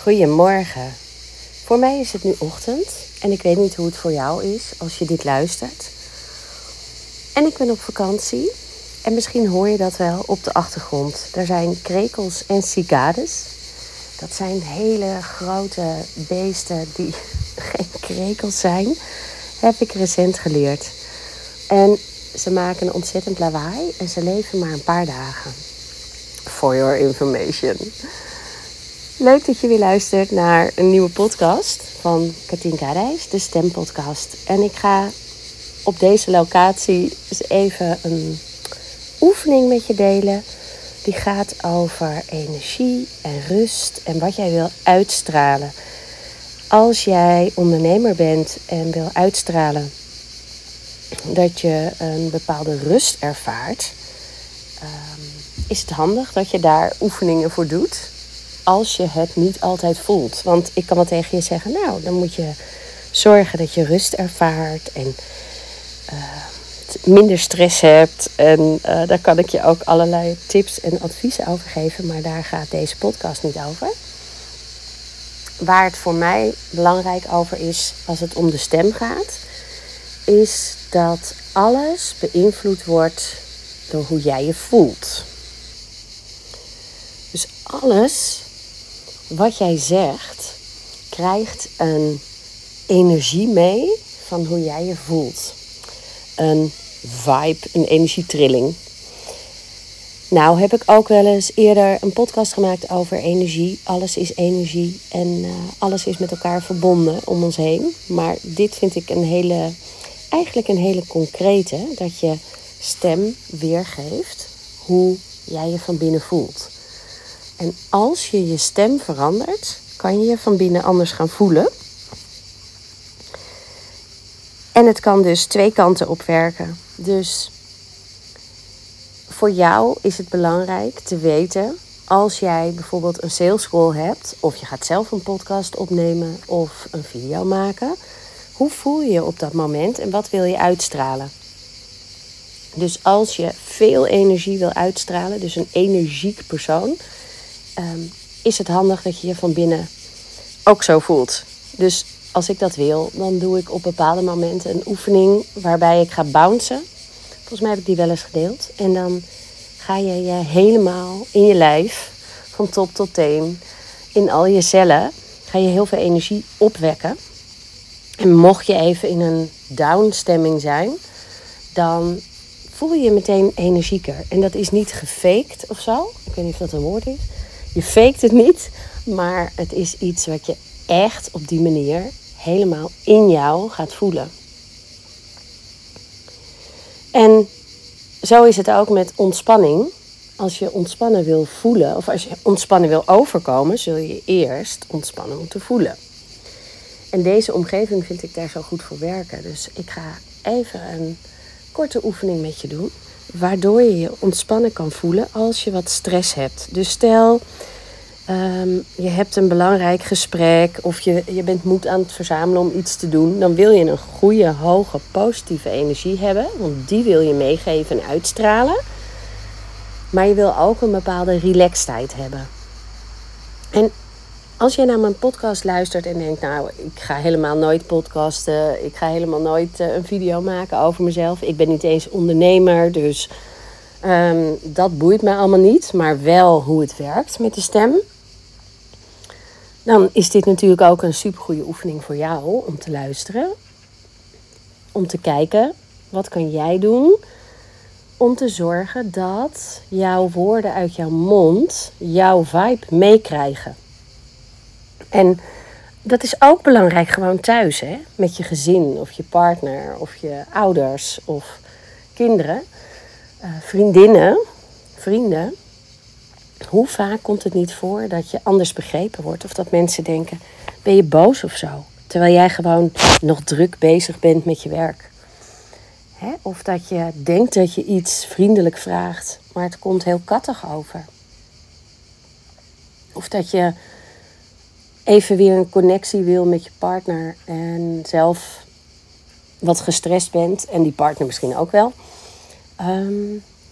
Goedemorgen. Voor mij is het nu ochtend en ik weet niet hoe het voor jou is als je dit luistert. En ik ben op vakantie en misschien hoor je dat wel op de achtergrond. Er zijn krekels en cicades. Dat zijn hele grote beesten die geen krekels zijn, heb ik recent geleerd. En ze maken een ontzettend lawaai en ze leven maar een paar dagen. For your information. Leuk dat je weer luistert naar een nieuwe podcast van Katinka Reis, de stempodcast. En ik ga op deze locatie eens even een oefening met je delen. Die gaat over energie en rust en wat jij wil uitstralen. Als jij ondernemer bent en wil uitstralen dat je een bepaalde rust ervaart, is het handig dat je daar oefeningen voor doet. Als je het niet altijd voelt. Want ik kan wel tegen je zeggen, nou, dan moet je zorgen dat je rust ervaart en minder stress hebt. En daar kan ik je ook allerlei tips en adviezen over geven, maar daar gaat deze podcast niet over. Waar het voor mij belangrijk over is, als het om de stem gaat, is dat alles beïnvloed wordt door hoe jij je voelt. Dus alles wat jij zegt, krijgt een energie mee van hoe jij je voelt. Een vibe, een energietrilling. Nou heb ik ook wel eens eerder een podcast gemaakt over energie. Alles is energie en alles is met elkaar verbonden om ons heen. Maar dit vind ik eigenlijk een hele concrete, dat je stem weergeeft hoe jij je van binnen voelt. En als je je stem verandert, kan je je van binnen anders gaan voelen. En het kan dus twee kanten op werken. Dus voor jou is het belangrijk te weten, als jij bijvoorbeeld een sales call hebt, of je gaat zelf een podcast opnemen of een video maken, hoe voel je je op dat moment en wat wil je uitstralen? Dus als je veel energie wil uitstralen, dus een energiek persoon, is het handig dat je je van binnen ook zo voelt. Dus als ik dat wil, dan doe ik op bepaalde momenten een oefening waarbij ik ga bouncen. Volgens mij heb ik die wel eens gedeeld. En dan ga je je helemaal in je lijf, van top tot teen, in al je cellen, ga je heel veel energie opwekken. En mocht je even in een down stemming zijn, dan voel je je meteen energieker. En dat is niet gefaked of zo. Ik weet niet of dat een woord is. Je faked het niet, maar het is iets wat je echt op die manier helemaal in jou gaat voelen. En zo is het ook met ontspanning. Als je ontspannen wil voelen, of als je ontspannen wil overkomen, zul je eerst ontspannen moeten voelen. En deze omgeving vind ik daar zo goed voor werken. Dus ik ga even een korte oefening met je doen, waardoor je je ontspannen kan voelen als je wat stress hebt. Dus stel, je hebt een belangrijk gesprek of je bent moed aan het verzamelen om iets te doen. Dan wil je een goede, hoge, positieve energie hebben. Want die wil je meegeven en uitstralen. Maar je wil ook een bepaalde relaxedheid hebben. En als jij naar mijn podcast luistert en denkt, nou, ik ga helemaal nooit podcasten. Ik ga helemaal nooit een video maken over mezelf. Ik ben niet eens ondernemer, dus dat boeit me allemaal niet. Maar wel hoe het werkt met de stem. Dan is dit natuurlijk ook een supergoeie oefening voor jou om te luisteren. Om te kijken, wat kan jij doen om te zorgen dat jouw woorden uit jouw mond jouw vibe meekrijgen. En dat is ook belangrijk gewoon thuis, hè? Met je gezin of je partner of je ouders of kinderen, vriendinnen, vrienden. Hoe vaak komt het niet voor dat je anders begrepen wordt of dat mensen denken, ben je boos of zo? Terwijl jij gewoon nog druk bezig bent met je werk. Hè? Of dat je denkt dat je iets vriendelijk vraagt, maar het komt heel kattig over. Of dat je even weer een connectie wil met je partner en zelf wat gestrest bent en die partner misschien ook wel.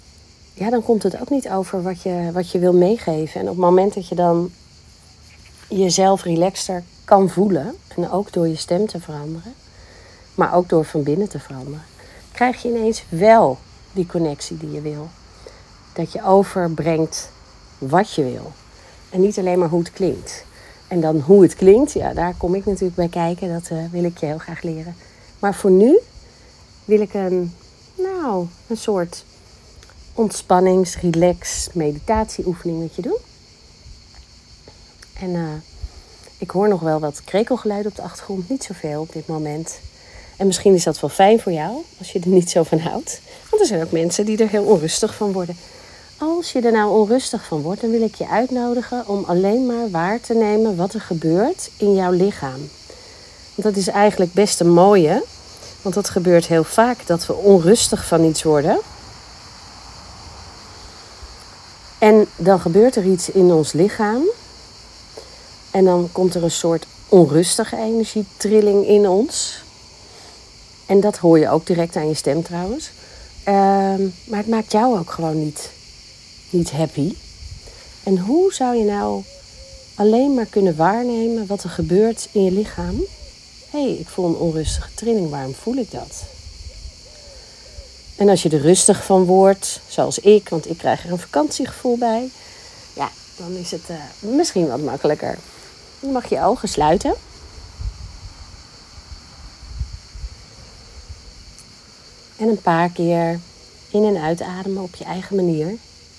Dan komt het ook niet over wat je wil meegeven. En op het moment dat je dan jezelf relaxter kan voelen. En ook door je stem te veranderen. Maar ook door van binnen te veranderen. Krijg je ineens wel die connectie die je wil. Dat je overbrengt wat je wil. En niet alleen maar hoe het klinkt. En dan hoe het klinkt, ja, daar kom ik natuurlijk bij kijken. Dat wil ik je heel graag leren. Maar voor nu wil ik een soort ontspannings-, relax-, meditatieoefening met je doen. En ik hoor nog wel wat krekelgeluiden op de achtergrond. Niet zoveel op dit moment. En misschien is dat wel fijn voor jou, als je er niet zo van houdt. Want er zijn ook mensen die er heel onrustig van worden. Als je er nou onrustig van wordt, dan wil ik je uitnodigen om alleen maar waar te nemen wat er gebeurt in jouw lichaam. Want dat is eigenlijk best een mooie. Want dat gebeurt heel vaak, dat we onrustig van iets worden. En dan gebeurt er iets in ons lichaam. En dan komt er een soort onrustige energietrilling in ons. En dat hoor je ook direct aan je stem trouwens. Maar het maakt jou ook gewoon niet happy. En hoe zou je nou alleen maar kunnen waarnemen wat er gebeurt in je lichaam? Hé, ik voel een onrustige trilling, waarom voel ik dat? En als je er rustig van wordt, zoals ik, want ik krijg er een vakantiegevoel bij. Ja, dan is het misschien wat makkelijker. Dan mag je ogen sluiten. En een paar keer in- en uitademen op je eigen manier.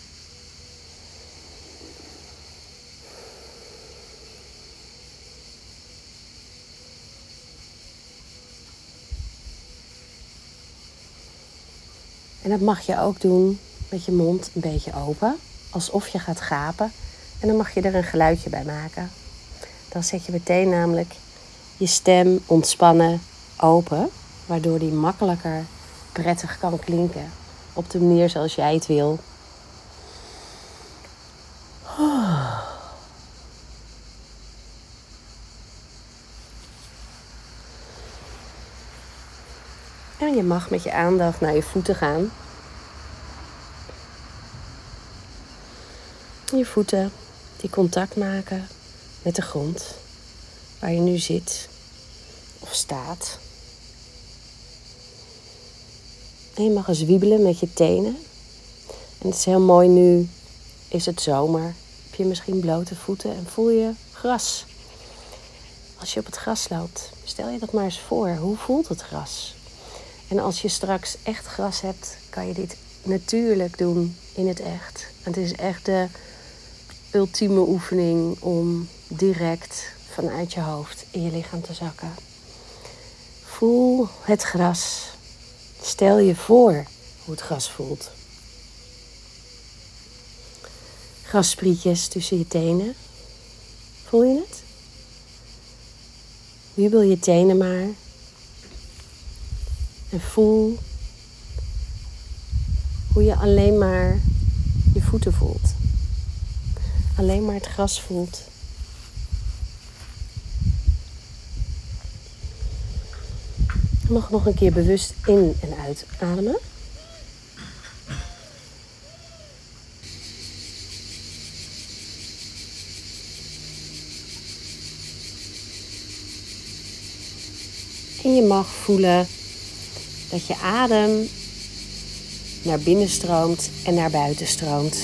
En dat mag je ook doen met je mond een beetje open. Alsof je gaat gapen. En dan mag je er een geluidje bij maken. Dan zet je meteen namelijk je stem ontspannen open. Waardoor die makkelijker prettig kan klinken. Op de manier zoals jij het wil. En je mag met je aandacht naar je voeten gaan. Je voeten die contact maken met de grond waar je nu zit of staat. En je mag eens wiebelen met je tenen. En het is heel mooi, nu is het zomer. Heb je misschien blote voeten en voel je gras. Als je op het gras loopt, stel je dat maar eens voor. Hoe voelt het gras? En als je straks echt gras hebt, kan je dit natuurlijk doen in het echt. Het is echt de ultieme oefening om direct vanuit je hoofd in je lichaam te zakken. Voel het gras. Stel je voor hoe het gras voelt. Grassprietjes tussen je tenen. Voel je het? Wiebel je tenen maar. En voel hoe je alleen maar je voeten voelt. Alleen maar het gras voelt. Je mag nog een keer bewust in- en uitademen. En je mag voelen dat je adem naar binnen stroomt en naar buiten stroomt.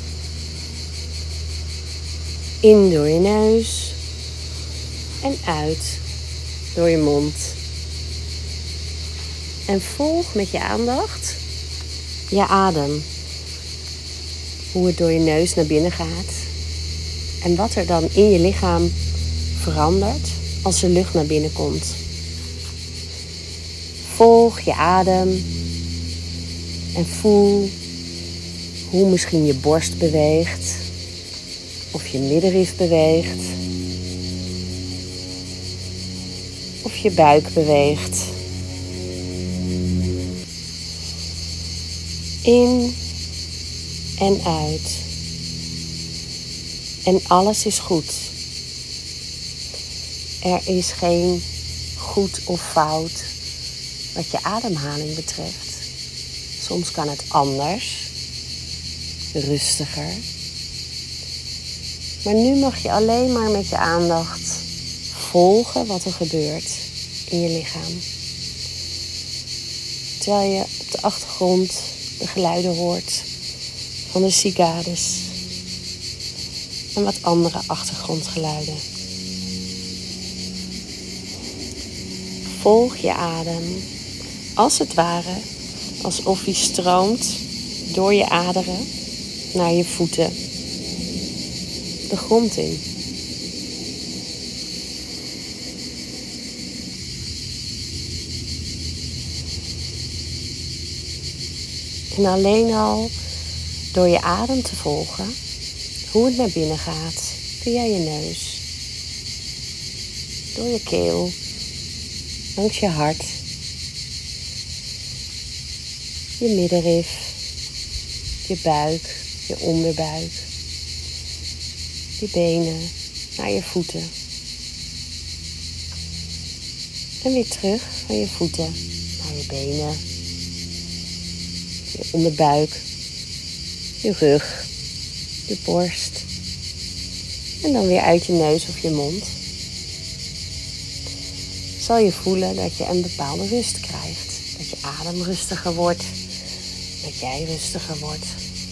In door je neus en uit door je mond. En volg met je aandacht je adem. Hoe het door je neus naar binnen gaat. En wat er dan in je lichaam verandert als er lucht naar binnen komt. Volg je adem en voel hoe misschien je borst beweegt. Of je middenrif beweegt. Of je buik beweegt. In en uit. En alles is goed. Er is geen goed of fout wat je ademhaling betreft. Soms kan het anders, rustiger. Maar nu mag je alleen maar met je aandacht volgen wat er gebeurt in je lichaam. Terwijl je op de achtergrond de geluiden hoort van de cicades en wat andere achtergrondgeluiden. Volg je adem, als het ware, alsof die stroomt door je aderen naar je voeten, de grond in. En alleen al door je adem te volgen, hoe het naar binnen gaat, via je neus, door je keel, langs je hart, je middenrif, je buik, je onderbuik, je benen, naar je voeten. En weer terug van je voeten naar je benen, je onderbuik, je rug, je borst. En dan weer uit je neus of je mond. Zal je voelen dat je een bepaalde rust krijgt. Dat je adem rustiger wordt. Dat jij rustiger wordt.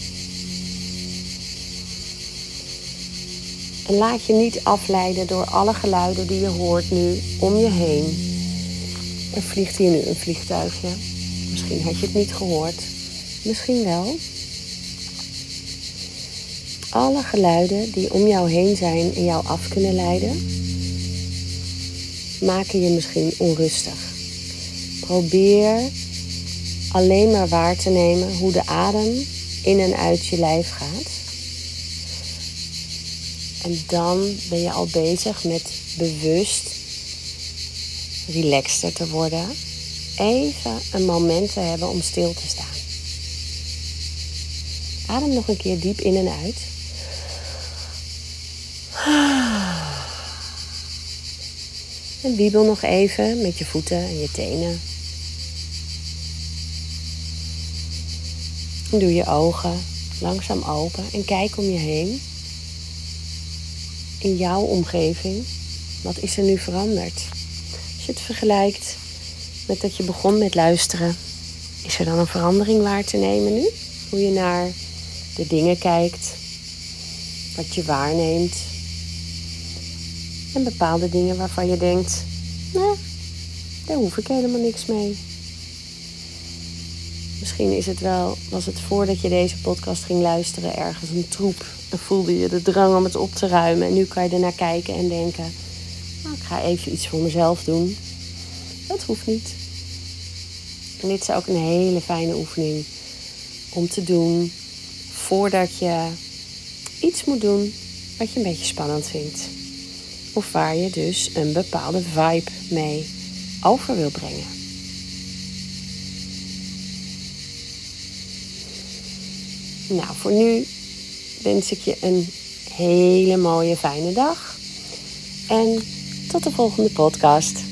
En laat je niet afleiden door alle geluiden die je hoort nu om je heen. Er vliegt hier nu een vliegtuigje. Misschien had je het niet gehoord. Misschien wel. Alle geluiden die om jou heen zijn en jou af kunnen leiden, maken je misschien onrustig. Probeer alleen maar waar te nemen hoe de adem in en uit je lijf gaat. En dan ben je al bezig met bewust relaxter te worden. Even een moment te hebben om stil te staan. Adem nog een keer diep in en uit. En wiebel nog even met je voeten en je tenen. En doe je ogen langzaam open en kijk om je heen. In jouw omgeving, wat is er nu veranderd? Als je het vergelijkt met dat je begon met luisteren, is er dan een verandering waar te nemen nu? Hoe je naar de dingen kijkt, wat je waarneemt. En bepaalde dingen waarvan je denkt, nou, daar hoef ik helemaal niks mee. Misschien was het voordat je deze podcast ging luisteren ergens een troep. En voelde je de drang om het op te ruimen. En nu kan je ernaar kijken en denken, nou, ik ga even iets voor mezelf doen. Dat hoeft niet. En dit is ook een hele fijne oefening om te doen voordat je iets moet doen wat je een beetje spannend vindt. Of waar je dus een bepaalde vibe mee over wil brengen. Nou, voor nu wens ik je een hele mooie, fijne dag. En tot de volgende podcast.